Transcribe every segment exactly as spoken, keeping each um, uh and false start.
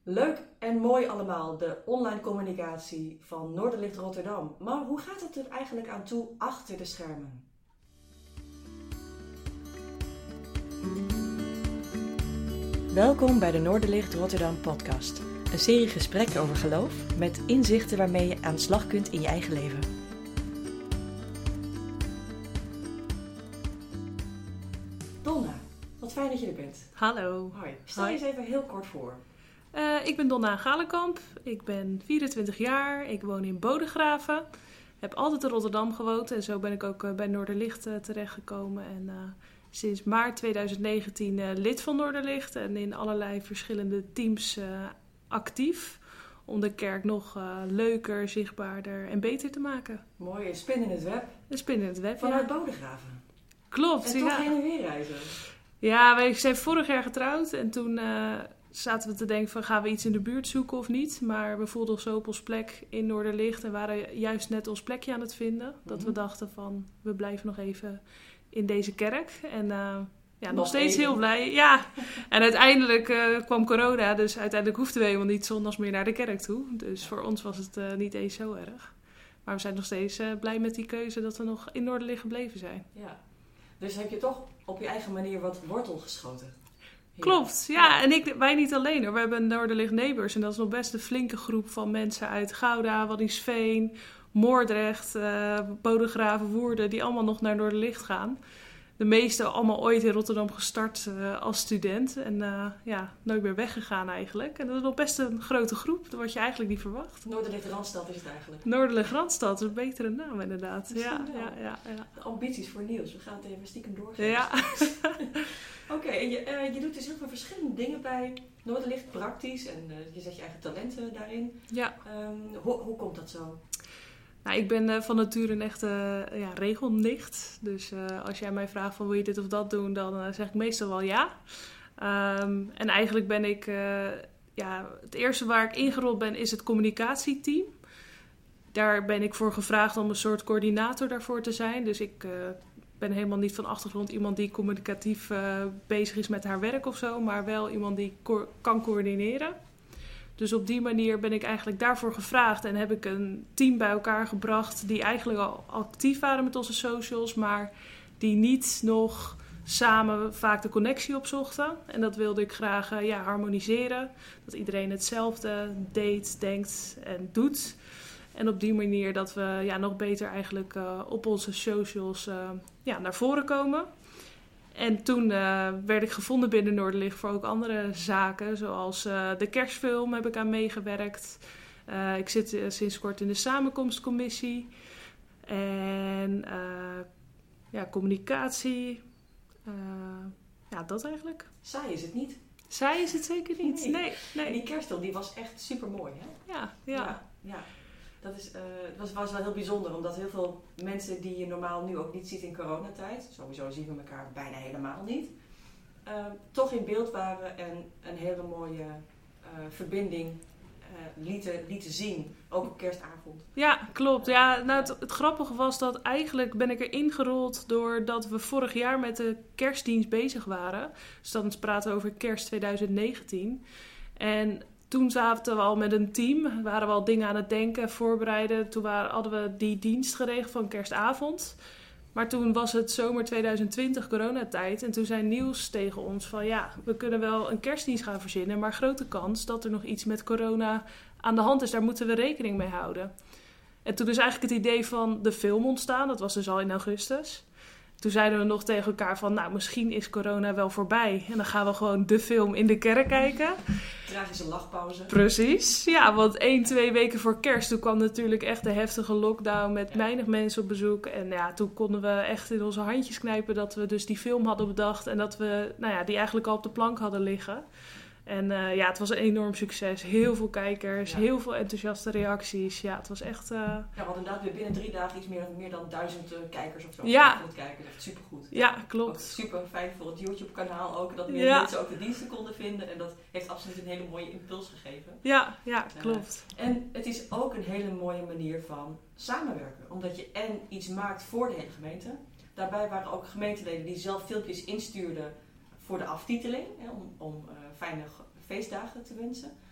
Leuk en mooi allemaal, de online communicatie van Noorderlicht Rotterdam. Maar hoe gaat het er eigenlijk aan toe achter de schermen? Welkom bij de Noorderlicht Rotterdam podcast. Een serie gesprekken over geloof met inzichten waarmee je aan de slag kunt in je eigen leven. Donna, wat fijn dat je er bent. Hallo. Hoi. Stel je Hoi. eens even heel kort voor. Uh, ik ben Donna Galenkamp. Ik ben vierentwintig jaar. Ik woon in Bodegraven. Heb altijd in Rotterdam gewoond. En zo ben ik ook uh, bij Noorderlicht uh, terechtgekomen. En uh, sinds maart tweeduizend negentien uh, lid van Noorderlicht. En in allerlei verschillende teams uh, actief. Om de kerk nog uh, leuker, zichtbaarder en beter te maken. Mooi, een spin in het web. Een spin in het web, Vanuit ja. Bodegraven. Klopt, En toch ja. heen en weer reizen. Ja, wij zijn vorig jaar getrouwd. En toen... Uh, zaten we te denken van gaan we iets in de buurt zoeken of niet. Maar we voelden ons zo op ons plek in Noorderlicht en waren juist net ons plekje aan het vinden. Dat mm-hmm. we dachten van we blijven nog even in deze kerk. En uh, ja, nog, nog steeds even. Heel blij. Ja, en uiteindelijk uh, kwam corona, dus uiteindelijk hoefden we helemaal niet zondags meer naar de kerk toe. Dus voor ons was het uh, niet eens zo erg. Maar we zijn nog steeds uh, blij met die keuze dat we nog in Noorderlicht gebleven zijn. Ja, dus heb je toch op je eigen manier wat wortel geschoten. Klopt, ja. ja. En ik, wij niet alleen hoor. We hebben Noorderlicht Neighbors en dat is nog best een flinke groep van mensen uit Gouda, Waddinxveen, Moordrecht, uh, Bodegraven, Woerden, die allemaal nog naar Noorderlicht gaan. De meeste allemaal ooit in Rotterdam gestart uh, als student en uh, ja, nooit meer weggegaan eigenlijk. En dat is nog best een grote groep, dat wat je eigenlijk niet verwacht. Noorderlicht Randstad is het eigenlijk. Noorderlicht Randstad is een betere naam inderdaad. Ja, ja, ja, ja. De ambities voor Niels, we gaan het even stiekem doorgeven. Ja. Oké, okay, en je, uh, je doet dus heel veel verschillende dingen bij Noorderlicht, praktisch. En uh, je zet je eigen talenten daarin. Ja. Um, hoe, hoe komt dat zo? Nou, ik ben uh, van nature een echte uh, ja, regelnicht. Dus uh, als jij mij vraagt van wil je dit of dat doen, dan uh, zeg ik meestal wel ja. Um, en eigenlijk ben ik... Uh, ja, het eerste waar ik ingerold ben is het communicatieteam. Daar ben ik voor gevraagd om een soort coördinator daarvoor te zijn. Dus ik... Uh, Ik ben helemaal niet van achtergrond iemand die communicatief uh, bezig is met haar werk of zo, maar wel iemand die co- kan coördineren. Dus op die manier ben ik eigenlijk daarvoor gevraagd en heb ik een team bij elkaar gebracht die eigenlijk al actief waren met onze socials, maar die niet nog samen vaak de connectie opzochten. En dat wilde ik graag uh, ja, harmoniseren, dat iedereen hetzelfde deed, denkt en doet. En op die manier dat we ja, nog beter eigenlijk uh, op onze socials uh, ja, naar voren komen. En toen uh, werd ik gevonden binnen Noorderlicht voor ook andere zaken. Zoals uh, de kerstfilm heb ik aan meegewerkt. Uh, ik zit uh, sinds kort in de samenkomstcommissie. En uh, ja, communicatie. Uh, ja, dat eigenlijk. Saai is het niet. Saai is het zeker niet. Nee. nee, nee. En die kerstfilm die was echt super mooi, hè? Ja, ja. ja, ja. Dat is, uh, het was, was wel heel bijzonder, omdat heel veel mensen die je normaal nu ook niet ziet in coronatijd, sowieso zien we elkaar bijna helemaal niet, uh, toch in beeld waren en een hele mooie uh, verbinding uh, lieten, lieten zien, ook op kerstavond. Ja, klopt. Ja, nou, het, het grappige was dat eigenlijk ben ik er ingerold doordat we vorig jaar met de kerstdienst bezig waren. Dus dan praten we over kerst tweeduizend negentien. En toen zaten we al met een team, waren we al dingen aan het denken, voorbereiden. Toen waren, hadden we die dienst geregeld van kerstavond. Maar toen was het zomer tweeduizend twintig coronatijd. En toen zei Niels tegen ons van ja, we kunnen wel een kerstdienst gaan verzinnen. Maar grote kans dat er nog iets met corona aan de hand is. Daar moeten we rekening mee houden. En toen is eigenlijk het idee van de film ontstaan. Dat was dus al in augustus. Toen zeiden we nog tegen elkaar van, nou, misschien is corona wel voorbij. En dan gaan we gewoon de film in de kerk kijken. Tragische lachpauze. Precies. Ja, want één, twee weken voor kerst, toen kwam natuurlijk echt de heftige lockdown met weinig mensen op bezoek. En ja, toen konden we echt in onze handjes knijpen dat we dus die film hadden bedacht. En dat we, nou ja, die eigenlijk al op de plank hadden liggen. En uh, ja, het was een enorm succes. Heel veel kijkers, ja. Heel veel enthousiaste reacties. Ja, het was echt... Uh... Ja, we hadden inderdaad weer binnen drie dagen iets meer, meer dan duizend uh, kijkers of zo. Ja. Het kijken. Echt supergoed. Ja, klopt. Ook super fijn voor het YouTube-kanaal ook. Dat meer ja. mensen ook de diensten konden vinden. En dat heeft absoluut een hele mooie impuls gegeven. Ja, ja, klopt. Uh, en het is ook een hele mooie manier van samenwerken. Omdat je en iets maakt voor de hele gemeente. Daarbij waren ook gemeenteleden die zelf filmpjes instuurden voor de aftiteling. Hè, om om uh, fijne feestdagen te wensen.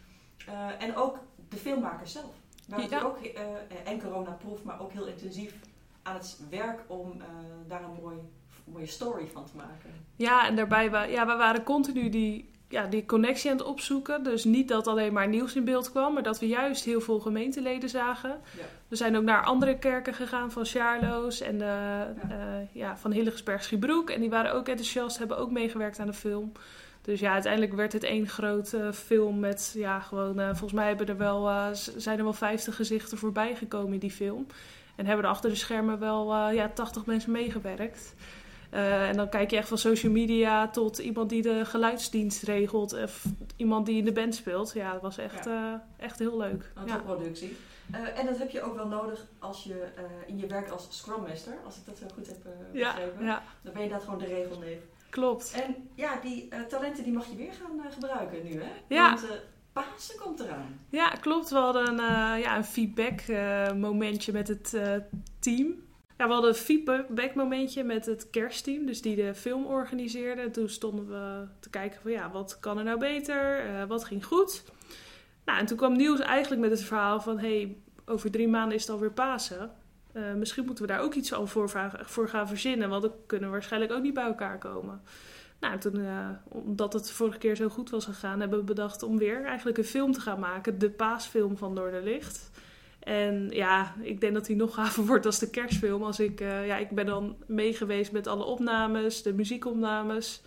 Uh, en ook de filmmakers zelf. Waren Ja. ook, uh, en coronaproof, maar ook heel intensief aan het werk om uh, daar een mooi, mooie story van te maken. Ja, en daarbij wa- ja, we waren continu die, ja, die connectie aan het opzoeken. Dus niet dat alleen maar nieuws in beeld kwam, maar dat we juist heel veel gemeenteleden zagen. Ja. We zijn ook naar andere kerken gegaan van Sjaarloos en de, Ja. uh, ja, van Hillegersberg-Schiebroek. En die waren ook enthousiast, hebben ook meegewerkt aan de film. Dus ja, uiteindelijk werd het één grote uh, film met, ja, gewoon, uh, volgens mij hebben er wel, uh, zijn er wel vijftig gezichten voorbij gekomen in die film. En hebben er achter de schermen wel uh, ja, tachtig mensen meegewerkt. Uh, en dan kijk je echt van social media tot iemand die de geluidsdienst regelt. Of iemand die in de band speelt. Ja, dat was echt, ja. uh, echt heel leuk. Een ja. topproductie. Uh, en dat heb je ook wel nodig als je uh, in je werk als Scrum Master, als ik dat zo goed heb uh, begrepen. Ja, ja. Dan ben je dat gewoon de regelneef. Klopt. En ja, die uh, talenten die mag je weer gaan uh, gebruiken nu, hè? Ja. Want uh, Pasen komt eraan. Ja, klopt. We hadden een, uh, ja, een feedback uh, momentje met het uh, team. Ja, we hadden een feedback momentje met het kerstteam, dus die de film organiseerde. Toen stonden we te kijken van ja, wat kan er nou beter? Uh, wat ging goed? Nou, en toen kwam Niels eigenlijk met het verhaal van hey, over drie maanden is het alweer Pasen. Uh, misschien moeten we daar ook iets al voor, voor gaan verzinnen, want dan kunnen we waarschijnlijk ook niet bij elkaar komen. Nou, toen, uh, omdat het de vorige keer zo goed was gegaan, hebben we bedacht om weer eigenlijk een film te gaan maken. De paasfilm van Noorderlicht. En ja, ik denk dat die nog gaver wordt als de kerstfilm. Als ik, uh, ja, ik ben dan meegeweest met alle opnames, de muziekopnames.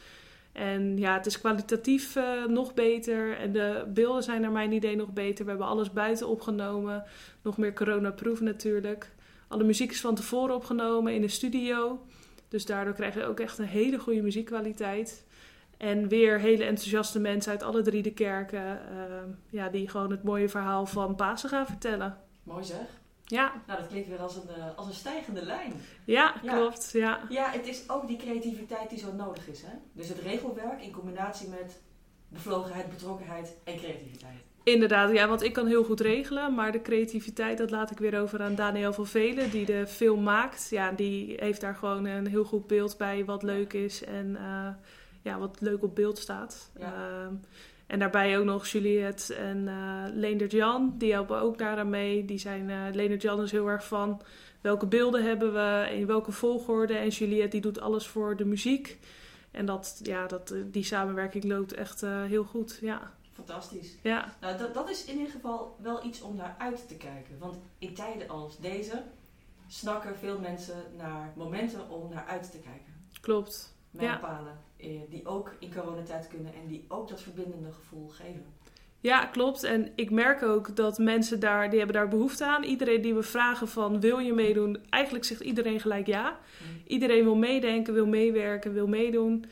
En ja, het is kwalitatief uh, nog beter. En de beelden zijn naar mijn idee nog beter. We hebben alles buiten opgenomen. Nog meer coronaproof natuurlijk. Alle muziek is van tevoren opgenomen in de studio. Dus daardoor krijg je ook echt een hele goede muziekkwaliteit. En weer hele enthousiaste mensen uit alle drie de kerken. Uh, ja, die gewoon het mooie verhaal van Pasen gaan vertellen. Mooi zeg. Ja. Nou, dat klinkt weer als een, uh, als een stijgende lijn. Ja, ja, klopt. Ja. ja, het is ook die creativiteit die zo nodig is. Hè? Dus het regelwerk in combinatie met bevlogenheid, betrokkenheid en creativiteit. Inderdaad, ja, want ik kan heel goed regelen, maar de creativiteit, dat laat ik weer over aan Daniel van Velen, die de film maakt. Ja, die heeft daar gewoon een heel goed beeld bij wat leuk is en uh, ja, wat leuk op beeld staat. Ja. Uh, en daarbij ook nog Juliette en uh, Leendert Jan, die helpen ook daaraan mee. Die zijn, uh, Leendert Jan is heel erg van welke beelden hebben we, in welke volgorde. En Juliette die doet alles voor de muziek. En dat, ja, dat, die samenwerking loopt echt uh, heel goed, ja. Fantastisch. Ja. Nou, dat, dat is in ieder geval wel iets om naar uit te kijken. Want in tijden als deze snakken veel mensen naar momenten om naar uit te kijken. Klopt. Mijlpalen ja. die ook in coronatijd kunnen en die ook dat verbindende gevoel geven. Ja, klopt. En ik merk ook dat mensen daar, die hebben daar behoefte aan. Iedereen die we vragen van, wil je meedoen? Eigenlijk zegt iedereen gelijk ja. Mm. Iedereen wil meedenken, wil meewerken, wil meedoen.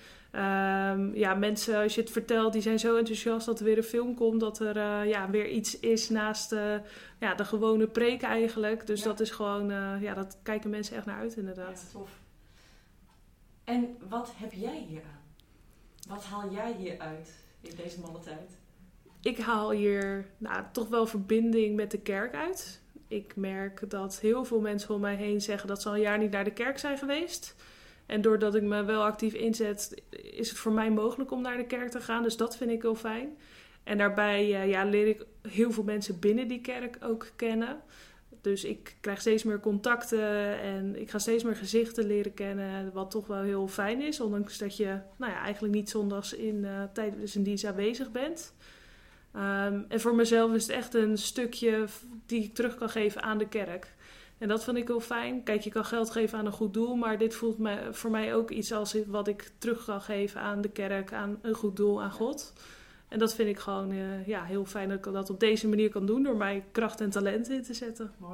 Um, ja, mensen, als je het vertelt, die zijn zo enthousiast dat er weer een film komt. Dat er uh, ja, weer iets is naast uh, ja, de gewone preek eigenlijk. Dus ja. dat is gewoon, uh, ja, dat kijken mensen echt naar uit inderdaad. Ja, tof. En wat heb jij hier aan? Wat haal jij hier uit in deze malle tijd? Ik haal hier nou, toch wel verbinding met de kerk uit. Ik merk dat heel veel mensen om mij heen zeggen dat ze al een jaar niet naar de kerk zijn geweest. En doordat ik me wel actief inzet, is het voor mij mogelijk om naar de kerk te gaan. Dus dat vind ik heel fijn. En daarbij uh, ja, leer ik heel veel mensen binnen die kerk ook kennen. Dus ik krijg steeds meer contacten en ik ga steeds meer gezichten leren kennen. Wat toch wel heel fijn is, ondanks dat je nou ja, eigenlijk niet zondags in uh, tijdens een dienst aanwezig bent. Um, en voor mezelf is het echt een stukje die ik terug kan geven aan de kerk. En dat vind ik heel fijn. Kijk, je kan geld geven aan een goed doel, maar dit voelt mij, voor mij ook iets als wat ik terug kan geven aan de kerk, aan een goed doel, aan God. En dat vind ik gewoon uh, ja, heel fijn dat ik dat op deze manier kan doen door mijn kracht en talent in te zetten. Mooi.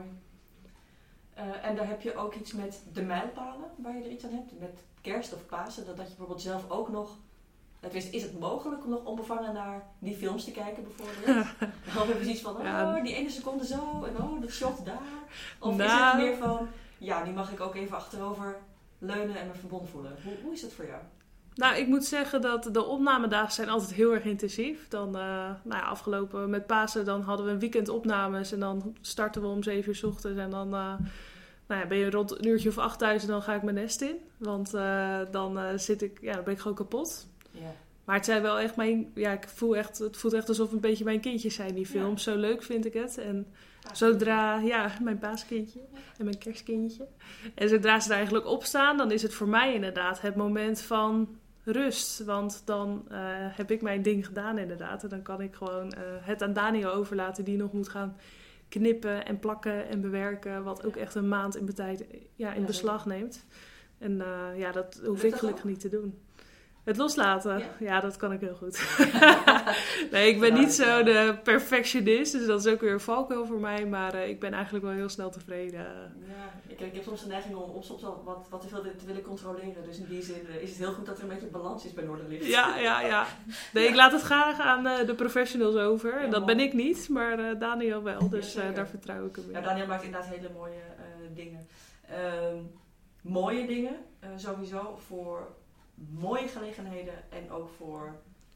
Uh, en daar heb je ook iets met de mijlpalen waar je er iets aan hebt, met kerst of Pasen, dat, dat je bijvoorbeeld zelf ook nog... Is het mogelijk om nog onbevangen naar die films te kijken bijvoorbeeld? Of heb je iets van, oh, ja. die ene seconde zo en oh, dat shot daar. Of nou. Is het meer van, ja, nu mag ik ook even achterover leunen en me verbonden voelen. Hoe, hoe is dat voor jou? Nou, ik moet zeggen dat de opnamedagen zijn altijd heel erg intensief. Dan, uh, nou ja, afgelopen met Pasen, dan hadden we een weekend opnames en dan starten we om zeven uur 's ochtends en dan... Uh, Nou ja, ben je rond een uurtje of acht thuis en dan ga ik mijn nest in. Want uh, dan uh, zit ik, ja, dan ben ik gewoon kapot. Ja. Maar het zijn wel echt mijn... Ja, ik voel echt, het voelt echt alsof het een beetje mijn kindjes zijn, die films. Ja. Zo leuk vind ik het. En zodra... Ja, mijn paaskindje en mijn kerstkindje. En zodra ze daar eigenlijk op staan, dan is het voor mij inderdaad het moment van rust. Want dan uh, heb ik mijn ding gedaan inderdaad. En dan kan ik gewoon uh, het aan Daniel overlaten, die nog moet gaan knippen en plakken en bewerken. Wat ook echt een maand in, betijd, ja, in beslag neemt. En uh, ja, dat hoef ik gelukkig niet te doen. Het loslaten, ja. ja, dat kan ik heel goed. Nee, ik ben niet zo de perfectionist, dus dat is ook weer een valkuil voor mij. Maar uh, ik ben eigenlijk wel heel snel tevreden. Ja, ik, ik heb soms de neiging om, om soms al wat, wat te veel te willen controleren. Dus in die zin uh, is het heel goed dat er een beetje balans is bij Noorderlicht. Ja, ja, ja. Nee, ik laat het graag aan uh, de professionals over. Ja, dat ben ik niet, maar uh, Daniel wel. Dus ja, uh, daar vertrouw ik hem in. Ja, Daniel maakt inderdaad hele mooie uh, dingen. Uh, mooie dingen, uh, sowieso voor... mooie gelegenheden en ook voor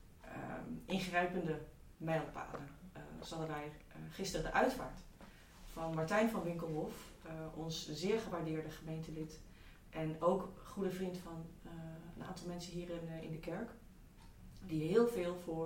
um, ingrijpende mijlpalen. Uh, zo hadden wij uh, gisteren de uitvaart van Martijn van Winkelhof, uh, ons zeer gewaardeerde gemeentelid en ook goede vriend van uh, een aantal mensen hier in, uh, in de kerk, die heel veel voor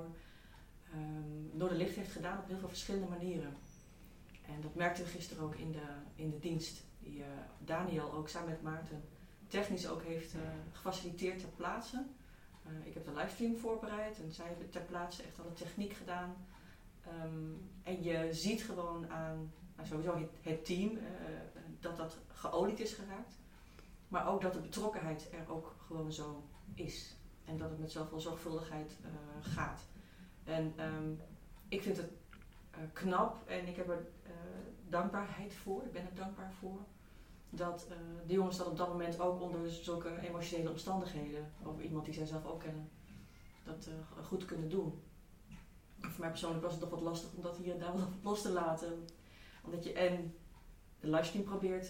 um, Noorderlicht heeft gedaan op heel veel verschillende manieren. En dat merkten we gisteren ook in de, in de dienst, die uh, Daniel ook samen met Maarten technisch ook heeft uh, gefaciliteerd ter plaatse. Uh, ik heb de livestream voorbereid en zij hebben ter plaatse echt alle techniek gedaan. Um, en je ziet gewoon aan nou sowieso het, het team uh, dat dat geolied is geraakt. Maar ook dat de betrokkenheid er ook gewoon zo is. En dat het met zoveel zorgvuldigheid uh, gaat. En um, ik vind het uh, knap en ik heb er uh, dankbaarheid voor. Ik ben er dankbaar voor. Dat uh, de jongens dat op dat moment ook onder zulke emotionele omstandigheden, of iemand die zij zelf ook kennen, dat uh, goed kunnen doen. Voor mij persoonlijk was het nog wat lastig om dat hier en daar wat los te laten. Omdat je en de livestream probeert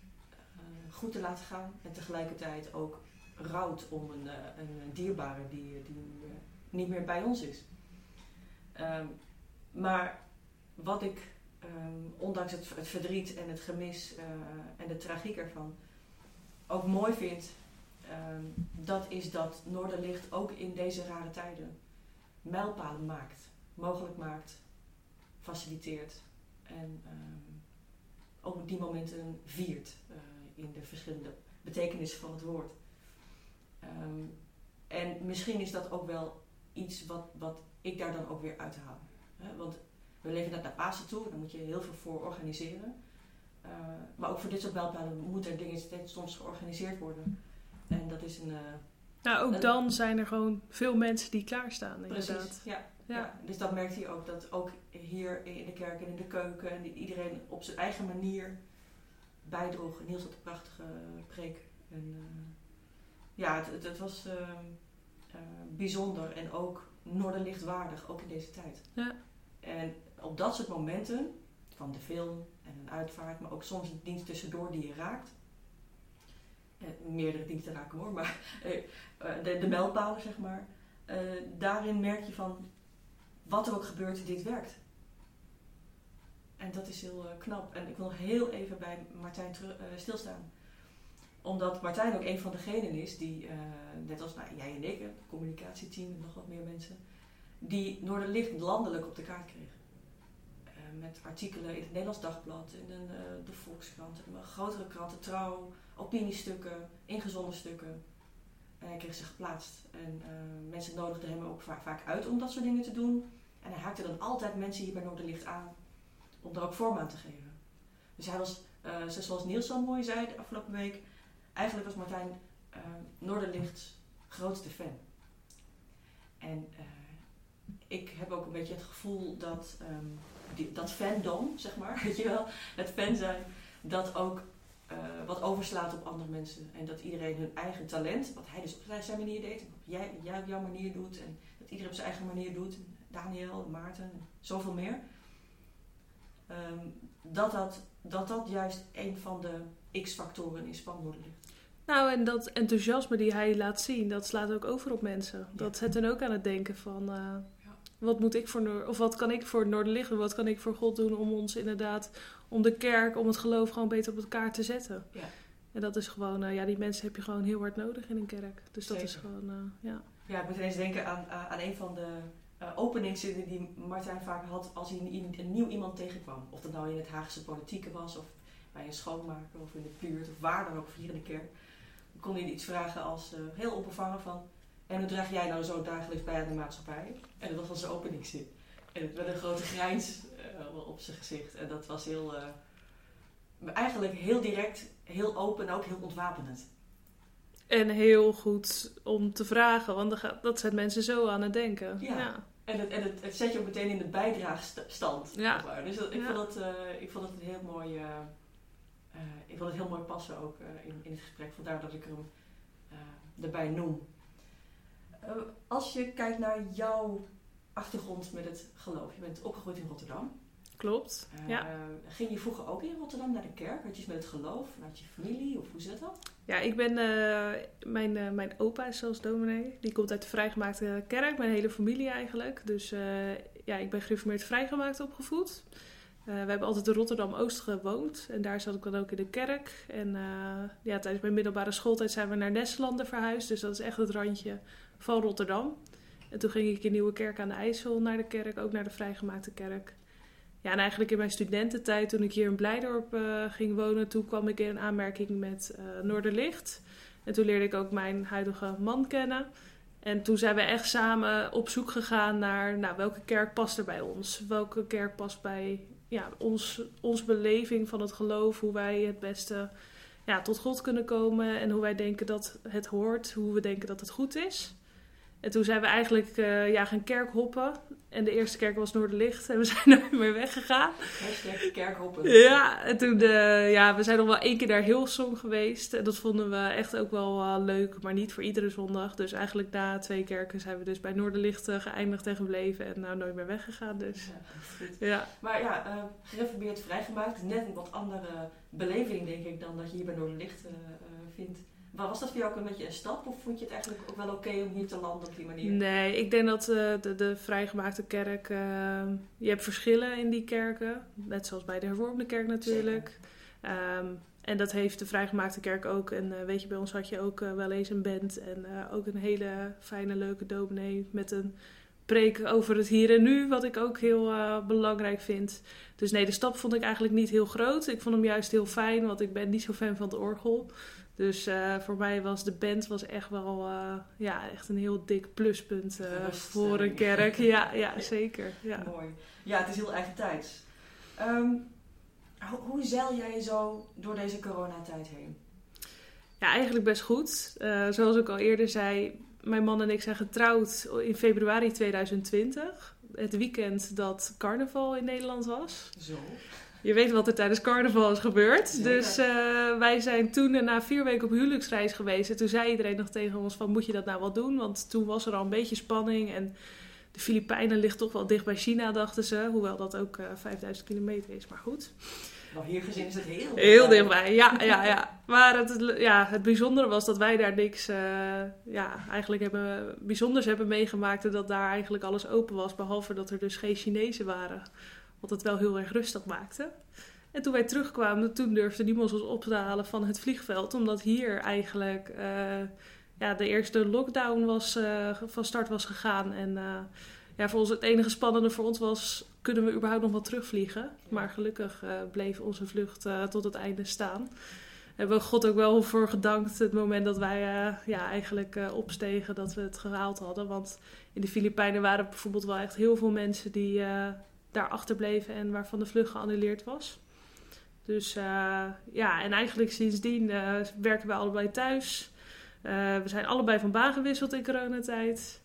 uh, goed te laten gaan en tegelijkertijd ook rouwt om een, uh, een dierbare die, die uh, niet meer bij ons is. Um, maar wat ik Um, ondanks het, het verdriet en het gemis uh, en de tragiek ervan ook mooi vind, um, dat is dat Noorderlicht ook in deze rare tijden mijlpalen maakt, mogelijk maakt, faciliteert en um, ook die momenten viert uh, in de verschillende betekenissen van het woord. Um, en misschien is dat ook wel iets wat, wat ik daar dan ook weer uit haal. Hè? Want we leven net naar Pasen toe, daar moet je heel veel voor organiseren. Uh, maar ook voor dit soort mijlpalen moeten er dingen steeds soms georganiseerd worden. En dat is een... Uh, nou, ook een, dan zijn er gewoon veel mensen die klaarstaan, inderdaad. Precies, ja, ja. ja. Dus dat merkt hij ook, dat ook hier in de kerk en in de keuken en iedereen op zijn eigen manier bijdroeg. Niels had een prachtige preek. En, uh, ja, het, het, het was uh, uh, bijzonder en ook Noorderlichtwaardig, ook in deze tijd. Ja. En op dat soort momenten, van de film en een uitvaart, maar ook soms een dienst tussendoor die je raakt. Eh, meerdere diensten raken hoor, maar eh, de, de mijlpalen zeg maar. Eh, daarin merk je van, wat er ook gebeurt, dit werkt. En dat is heel uh, knap. En ik wil nog heel even bij Martijn terug, uh, stilstaan. Omdat Martijn ook een van degenen is die, uh, net als nou, jij en ik, het communicatieteam en nog wat meer mensen, die Noorderlicht landelijk op de kaart kregen. Uh, met artikelen in het Nederlands Dagblad, in een, uh, de Volkskrant, in grotere kranten, Trouw, opiniestukken, ingezonden stukken. En hij kreeg ze geplaatst. En uh, mensen nodigden hem ook va- vaak uit om dat soort dingen te doen. En hij haakte dan altijd mensen hier bij Noorderlicht aan om daar ook vorm aan te geven. Dus hij was, uh, zoals Niels al mooi zei de afgelopen week, eigenlijk was Martijn uh, Noorderlichts grootste fan. En uh, ik heb ook een beetje het gevoel dat um, die, dat fandom, zeg maar, weet je wel, het fan zijn, dat ook uh, wat overslaat op andere mensen. En dat iedereen hun eigen talent, wat hij dus op zijn manier deed, wat jij, jij op jouw manier doet, en dat iedereen op zijn eigen manier doet, Daniel, Maarten, zoveel meer. Um, dat, dat, dat dat juist een van de x-factoren is van Noorderlicht. Nou, en dat enthousiasme die hij laat zien, dat slaat ook over op mensen. Ja. Dat zet hen ook aan het denken van, uh, ja. wat moet ik voor Noord, of wat kan ik voor Noorderlicht doen, wat kan ik voor God doen om ons inderdaad, om de kerk, om het geloof gewoon beter op elkaar te zetten. Ja. En dat is gewoon, uh, ja, die mensen heb je gewoon heel hard nodig in een kerk. Dus dat Zeker. is gewoon, uh, ja. Ja, ik moet ineens denken aan, aan een van de uh, openingszinnen die Martijn vaak had als hij een, een nieuw iemand tegenkwam. Of dat nou in het Haagse politieke was, of bij een schoonmaker, of in de buurt, of waar dan ook, of hier in de kerk. Dan kon hij iets vragen als uh, heel onbevangen van, en hoe draag jij nou zo dagelijks bij aan de maatschappij? En dat was dan zijn openingszin. En het werd een grote grijns uh, op zijn gezicht. En dat was heel, uh, eigenlijk heel direct, heel open en ook heel ontwapenend. En heel goed om te vragen, want dat zijn mensen zo aan het denken. Ja, ja. En, het, en het, het zet je ook meteen in de bijdraagstand. Ja. Dus dat, ik, ja. vond het, uh, ik vond het een heel mooi, uh, uh, ik vond het heel mooi passen ook uh, in, in het gesprek. Vandaar dat ik hem uh, erbij noem. Uh, als je kijkt naar jouw achtergrond met het geloof. Je bent opgegroeid in Rotterdam. Klopt, uh, ja. Ging je vroeger ook in Rotterdam naar de kerk? Had je iets met het geloof? Had je familie? Of hoe zit dat? Ja, ik ben... Uh, mijn, uh, mijn opa is zelfs dominee. Die komt uit de vrijgemaakte kerk. Mijn hele familie eigenlijk. Dus uh, ja, ik ben gereformeerd vrijgemaakt opgevoed. Uh, we hebben altijd in Rotterdam-Oost gewoond. En daar zat ik dan ook in de kerk. En uh, ja, tijdens mijn middelbare schooltijd zijn we naar Nesselanden verhuisd. Dus dat is echt het randje van Rotterdam. En toen ging ik in Nieuwekerk aan de IJssel naar de kerk. Ook naar de vrijgemaakte kerk. Ja, en eigenlijk in mijn studententijd, toen ik hier in Blijdorp uh, ging wonen, toen kwam ik in aanmerking met uh, Noorderlicht. En toen leerde ik ook mijn huidige man kennen. En toen zijn we echt samen op zoek gegaan naar, nou, welke kerk past er bij ons? Welke kerk past bij ja, ons, ons beleving van het geloof, hoe wij het beste ja, tot God kunnen komen en hoe wij denken dat het hoort, hoe we denken dat het goed is. En toen zijn we eigenlijk uh, ja, gaan kerkhoppen. En de eerste kerk was Noorderlicht. En we zijn nooit meer weggegaan. Hashtag kerkhoppen. Ja, en toen de, ja, we zijn nog wel één keer naar Hillsong geweest. En dat vonden we echt ook wel uh, leuk. Maar niet voor iedere zondag. Dus eigenlijk na twee kerken zijn we dus bij Noorderlicht uh, geëindigd en gebleven. En nou nooit meer weggegaan. Dus. Ja, dat is goed. Ja. Maar ja, uh, gereformeerd vrijgemaakt. Net een wat andere beleving denk ik dan dat je hier bij Noorderlicht uh, uh, vindt. Maar was dat voor jou ook een beetje een stap? Of vond je het eigenlijk ook wel oké okay om hier te landen op die manier? Nee, ik denk dat uh, de, de vrijgemaakte kerk... Uh, je hebt verschillen in die kerken. Net zoals bij de hervormde kerk natuurlijk. Um, en dat heeft de vrijgemaakte kerk ook. En uh, weet je, bij ons had je ook uh, wel eens een band. En uh, ook een hele fijne, leuke dominee met een preek over het hier en nu. Wat ik ook heel uh, belangrijk vind. Dus nee, de stap vond ik eigenlijk niet heel groot. Ik vond hem juist heel fijn, want ik ben niet zo fan van het orgel. Dus uh, voor mij was de band was echt wel uh, ja, echt een heel dik pluspunt uh, voor een kerk. Ja, ja zeker. Ja. Mooi. Ja, het is heel eigentijds. Um, hoe, hoe zeil jij zo door deze coronatijd heen? Ja, eigenlijk best goed. Uh, zoals ik al eerder zei, mijn man en ik zijn getrouwd in februari tweeduizend twintig. Het weekend dat carnaval in Nederland was. Zo. Je weet wat er tijdens carnaval is gebeurd. Ja, dus uh, wij zijn toen na vier weken op huwelijksreis geweest. En toen zei iedereen nog tegen ons van, moet je dat nou wel doen? Want toen was er al een beetje spanning. En de Filipijnen ligt toch wel dicht bij China, dachten ze. Hoewel dat ook uh, vijfduizend kilometer is, maar goed. Nou, hier gezien is het heel dichtbij. Heel dichtbij, ja, ja, ja. Maar het, ja, het bijzondere was dat wij daar niks uh, ja, eigenlijk hebben, bijzonders hebben meegemaakt. En dat daar eigenlijk alles open was. Behalve dat er dus geen Chinezen waren. Wat het wel heel erg rustig maakte. En toen wij terugkwamen, toen durfde niemand ons op te halen van het vliegveld. Omdat hier eigenlijk uh, ja, de eerste lockdown was, uh, van start was gegaan. En uh, ja, voor ons het enige spannende voor ons was, kunnen we überhaupt nog wel terugvliegen? Ja. Maar gelukkig uh, bleef onze vlucht uh, tot het einde staan. Hebben we God ook wel voor gedankt het moment dat wij uh, ja, eigenlijk uh, opstegen dat we het gehaald hadden. Want in de Filipijnen waren bijvoorbeeld wel echt heel veel mensen die uh, daar achterbleven en waarvan de vlucht geannuleerd was. Dus uh, ja, en eigenlijk sindsdien uh, werken we allebei thuis. Uh, we zijn allebei van baan gewisseld in coronatijd.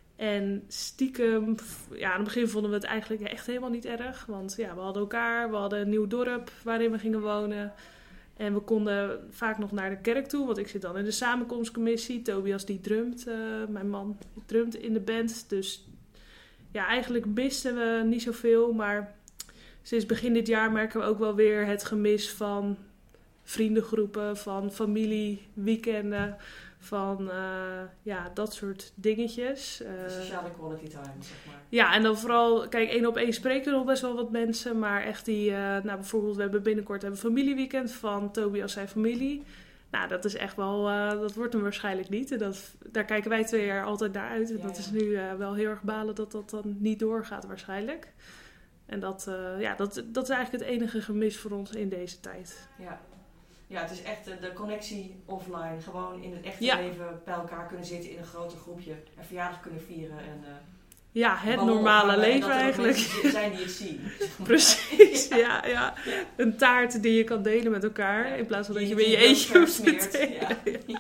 En stiekem, ja, aan het begin vonden we het eigenlijk echt helemaal niet erg. Want ja, we hadden elkaar, we hadden een nieuw dorp waarin we gingen wonen. En we konden vaak nog naar de kerk toe, want ik zit dan in de samenkomstcommissie. Tobias die drumt, uh, mijn man die drumt in de band. Dus ja, eigenlijk misten we niet zoveel, maar sinds begin dit jaar merken we ook wel weer het gemis van vriendengroepen, van familie, weekenden, van uh, ja, dat soort dingetjes. Uh, sociale quality time, zeg maar. Ja, en dan vooral, kijk, één op één spreken we nog best wel wat mensen, maar echt die, uh, nou bijvoorbeeld, we hebben binnenkort hebben een familieweekend van Tobias zijn familie. Nou, dat is echt wel, uh, dat wordt hem waarschijnlijk niet. En dat, daar kijken wij twee jaar altijd naar uit. En Ja, dat ja. is nu uh, wel heel erg balen dat dat dan niet doorgaat waarschijnlijk. En dat, uh, ja, dat, dat is eigenlijk het enige gemis voor ons in deze tijd. Ja, ja het is echt uh, de connectie offline. Gewoon in het echte Ja. leven bij elkaar kunnen zitten in een groter groepje. En verjaardag kunnen vieren. En, uh, ja, het ballen normale ophangen. leven En dat er ook eigenlijk. mensen zijn die het zien. Precies, Ja. ja, ja. Ja. Een taart die je kan delen met elkaar. Ja. In plaats van dat Die je met je die eentje hoeft te smeert. delen. Ja. Ja.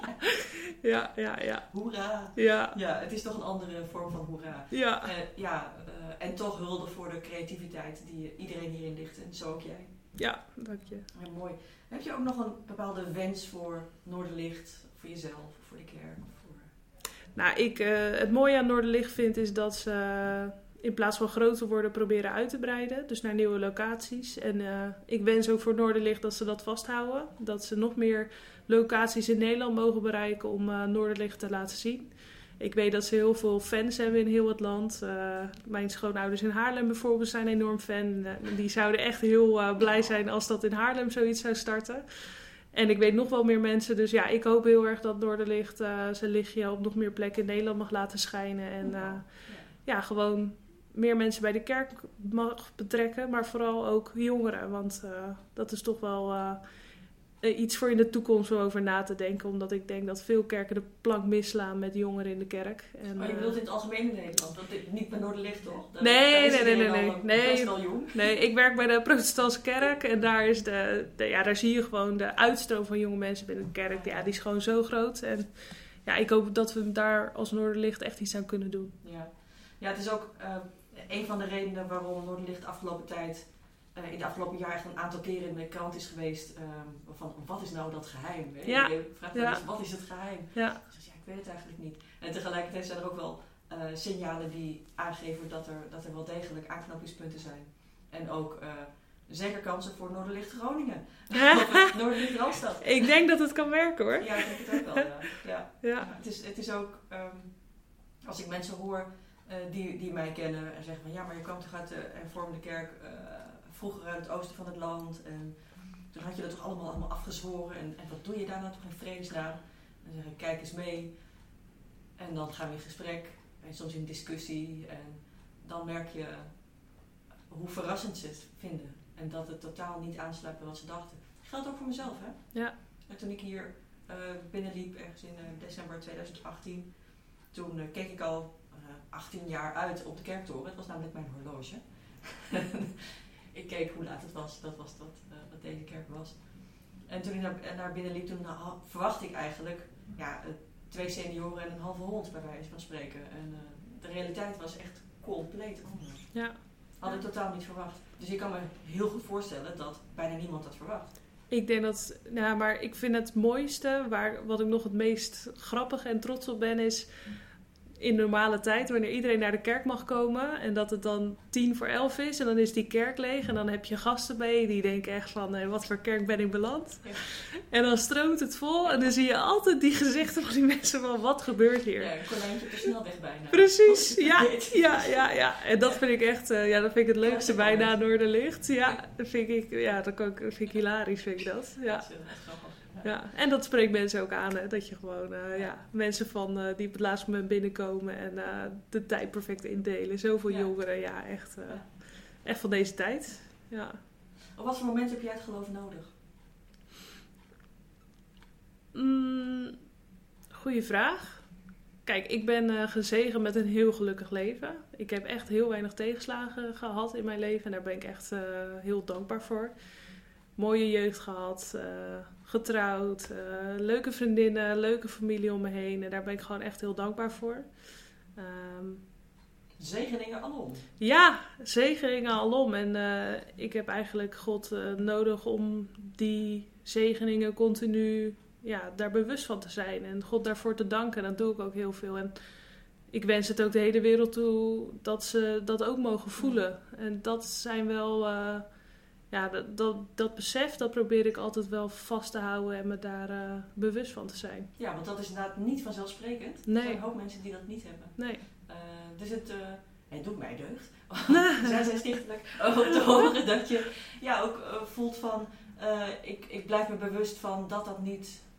Ja, ja, ja. Hoera! Ja, Ja, het is toch een andere vorm van hoera. ja. Uh, ja, uh, en toch hulde voor de creativiteit die iedereen hierin ligt. En zo ook jij. Ja, dank je. Ja, mooi. Heb je ook nog een bepaalde wens voor Noorderlicht? Voor jezelf, voor de kerk? Voor... Nou, ik, uh, het mooie aan Noorderlicht vind is dat ze uh, in plaats van groter worden proberen uit te breiden. Dus naar nieuwe locaties. En uh, ik wens ook voor Noorderlicht dat ze dat vasthouden. Dat ze nog meer locaties in Nederland mogen bereiken om uh, Noorderlicht te laten zien. Ik weet dat ze heel veel fans hebben in heel het land. Uh, mijn schoonouders in Haarlem bijvoorbeeld zijn enorm fan. Uh, die zouden echt heel uh, blij zijn als dat in Haarlem zoiets zou starten. En ik weet nog wel meer mensen. Dus ja, ik hoop heel erg dat Noorderlicht uh, zijn lichtje op nog meer plekken in Nederland mag laten schijnen. En uh, ja, gewoon meer mensen bij de kerk mag betrekken. Maar vooral ook jongeren. Want uh, dat is toch wel... Uh, iets voor in de toekomst om over na te denken. Omdat ik denk dat veel kerken de plank misslaan met jongeren in de kerk. En, maar je bedoelt in het algemeen in Nederland? Dat dit niet bij Noorderlicht, toch? Daar, nee, daar nee, nee, nee. nee. nee. Best wel jong. Nee, ik werk bij de protestantse kerk. En daar, is de, de, ja, daar zie je gewoon de uitstroom van jonge mensen binnen de kerk. Ja, die is gewoon zo groot. En ja, ik hoop dat we daar als Noorderlicht echt iets aan kunnen doen. Ja, ja het is ook uh, een van de redenen waarom Noorderlicht de afgelopen tijd... Uh, in de afgelopen jaar echt een aantal keren in de krant is geweest um, van wat is nou dat geheim? Weet je? Ja. Je vraagt ja. eens, wat is het geheim? Ja. Dus ja, ik weet het eigenlijk niet. En tegelijkertijd zijn er ook wel uh, signalen die aangeven dat er, dat er wel degelijk aanknopingspunten zijn. En ook uh, zeker kansen voor Noorderlicht Groningen. Of Noorderlicht Randstad. Ik denk dat het kan werken hoor. Ja, ik denk het ook wel. Ja. Ja. Ja. Ja, het, is, het is ook, um, als ik mensen hoor uh, die, die mij kennen en zeggen van ja, maar je kwam toch uit de hervormde kerk... Uh, vroeger uit het oosten van het land en toen had je dat toch allemaal, allemaal afgezworen en, en wat doe je daar nou toch in vredesnaam? En dan zeg ik, kijk eens mee en dan gaan we in gesprek en soms in discussie en dan merk je hoe verrassend ze het vinden en dat het totaal niet aansluit bij wat ze dachten. Dat geldt ook voor mezelf, hè? Ja. En toen ik hier uh, binnenliep ergens in uh, december tweeduizend achttien, toen uh, keek ik al uh, achttien jaar uit op de kerktoren, het was namelijk mijn horloge. Ik keek hoe laat het was, dat was dat, uh, dat deze kerk was. En toen ik naar, naar binnen liep, toen uh, verwachtte ik eigenlijk ja, uh, twee senioren en een halve hond bij wijze van spreken. En uh, de realiteit was echt compleet anders. Ja. Had ik totaal niet verwacht. Dus ik kan me heel goed voorstellen dat bijna niemand dat verwacht. Ik denk dat, nou, maar ik vind het mooiste, waar, wat ik nog het meest grappig en trots op ben, is in normale tijd, wanneer iedereen naar de kerk mag komen en dat het dan tien voor elf is en dan is die kerk leeg en dan heb je gasten bij je die denken echt van, hey, wat voor kerk ben ik beland? Ja. En dan stroomt het vol en dan zie je altijd die gezichten van die mensen van, wat gebeurt hier? Ja, een konijntje op de snelweg bijna. Precies, ja, ja, ja, ja. En dat vind ik echt, uh, ja, dat vind ik het leukste ja, bijna Noorderlicht. Ja, dat vind ik, ja, dat kan ik, vind ik hilarisch, vind ik dat. Ja. Dat is echt grappig. Ja, en dat spreekt mensen ook aan, hè? Dat je gewoon uh, ja, mensen van, uh, die op het laatste moment binnenkomen en uh, de tijd perfect indelen. Zoveel ja. jongeren, ja, echt, uh, ja. echt van deze tijd. Ja. Op wat voor moment heb jij het geloof nodig? Mm, goeie vraag. Kijk, ik ben uh, gezegend met een heel gelukkig leven. Ik heb echt heel weinig tegenslagen gehad in mijn leven en daar ben ik echt uh, heel dankbaar voor. Mooie jeugd gehad, uh, getrouwd, uh, leuke vriendinnen, leuke familie om me heen. En daar ben ik gewoon echt heel dankbaar voor. Um, zegeningen alom. Ja, zegeningen alom. En uh, ik heb eigenlijk God uh, nodig om die zegeningen continu ja, daar bewust van te zijn. En God daarvoor te danken. En dat doe ik ook heel veel. En ik wens het ook de hele wereld toe dat ze dat ook mogen voelen. En dat zijn wel... Uh, Ja, dat, dat, dat besef, dat probeer ik altijd wel vast te houden en me daar uh, bewust van te zijn. Ja, want dat is inderdaad niet vanzelfsprekend. Nee. Er zijn een hoop mensen die dat niet hebben. Nee. Uh, dus het, uh, het doet mij deugd. Zij zijn stichtelijk om te horen dat je ja, ook uh, voelt van... Uh, ik, ik blijf me bewust van dat dat niet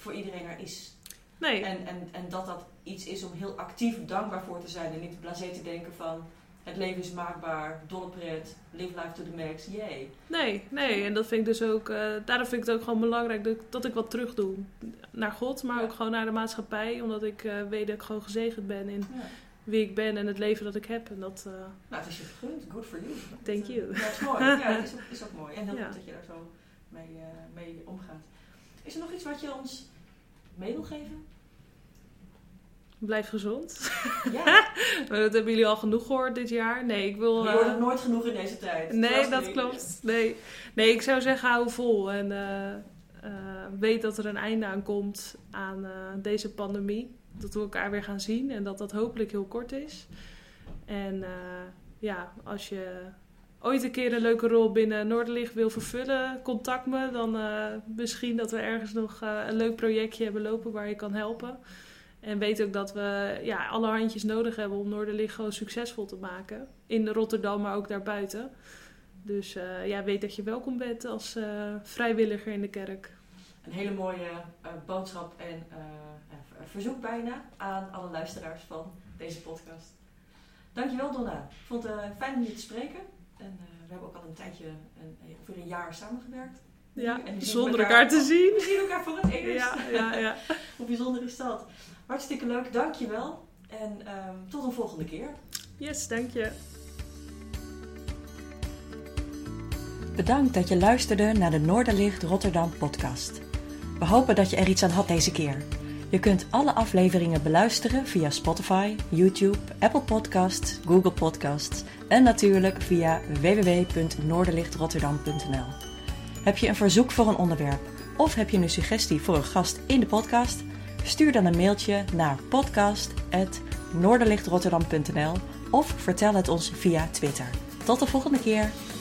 voor iedereen er is. Nee. En, en, en dat dat iets is om heel actief dankbaar voor te zijn en niet blasé te denken van het leven is maakbaar, dolle pret, live life to the max, yay. Nee, nee. En dat vind ik dus ook, uh, daarom vind ik het ook gewoon belangrijk dat, dat ik wat terug doe. Naar God, maar ja. ook gewoon naar de maatschappij. Omdat ik uh, weet dat ik gewoon gezegend ben in ja. wie ik ben en het leven dat ik heb. En dat, uh, nou, het is je gegund. Good for you. Thank you. Uh, ja, dat is mooi. Ja, dat is ook, is ook mooi. En heel ja. goed dat je daar zo mee, uh, mee omgaat. Is er nog iets wat je ons mee wil geven? Blijf gezond. Ja. Dat hebben jullie al genoeg gehoord dit jaar. Nee, ik wil... Je hoort het nooit genoeg in deze tijd. Nee, dat klopt. Nee. nee, ik zou zeggen hou vol. En uh, uh, weet dat er een einde aan komt aan uh, deze pandemie. Dat we elkaar weer gaan zien. En dat dat hopelijk heel kort is. En uh, ja, als je ooit een keer een leuke rol binnen Noorderlicht wil vervullen, contact me. Dan uh, misschien dat we ergens nog uh, een leuk projectje hebben lopen waar je kan helpen. En weet ook dat we ja, alle handjes nodig hebben om Noorderlicht gewoon succesvol te maken. In Rotterdam, maar ook daarbuiten. Dus uh, ja, weet dat je welkom bent als uh, vrijwilliger in de kerk. Een hele mooie uh, boodschap en uh, verzoek bijna aan alle luisteraars van deze podcast. Dankjewel Donna. Ik vond het uh, fijn om je te spreken. En uh, we hebben ook al een tijdje, een, ongeveer een jaar samengewerkt. Ja, en zonder elkaar, elkaar te zien. We zien elkaar voor het eerst. Ja, ja, ja. Hoe bijzonder is dat? Hartstikke leuk, dankjewel. En um, tot een volgende keer. Yes, dank je. Bedankt dat je luisterde naar de Noorderlicht Rotterdam podcast. We hopen dat je er iets aan had deze keer. Je kunt alle afleveringen beluisteren via Spotify, YouTube, Apple Podcasts, Google Podcasts en natuurlijk via w w w punt noorderlichtrotterdam punt n l. Heb je een verzoek voor een onderwerp of heb je een suggestie voor een gast in de podcast? Stuur dan een mailtje naar podcast apenstaartje noorderlichtrotterdam punt n l of vertel het ons via Twitter. Tot de volgende keer!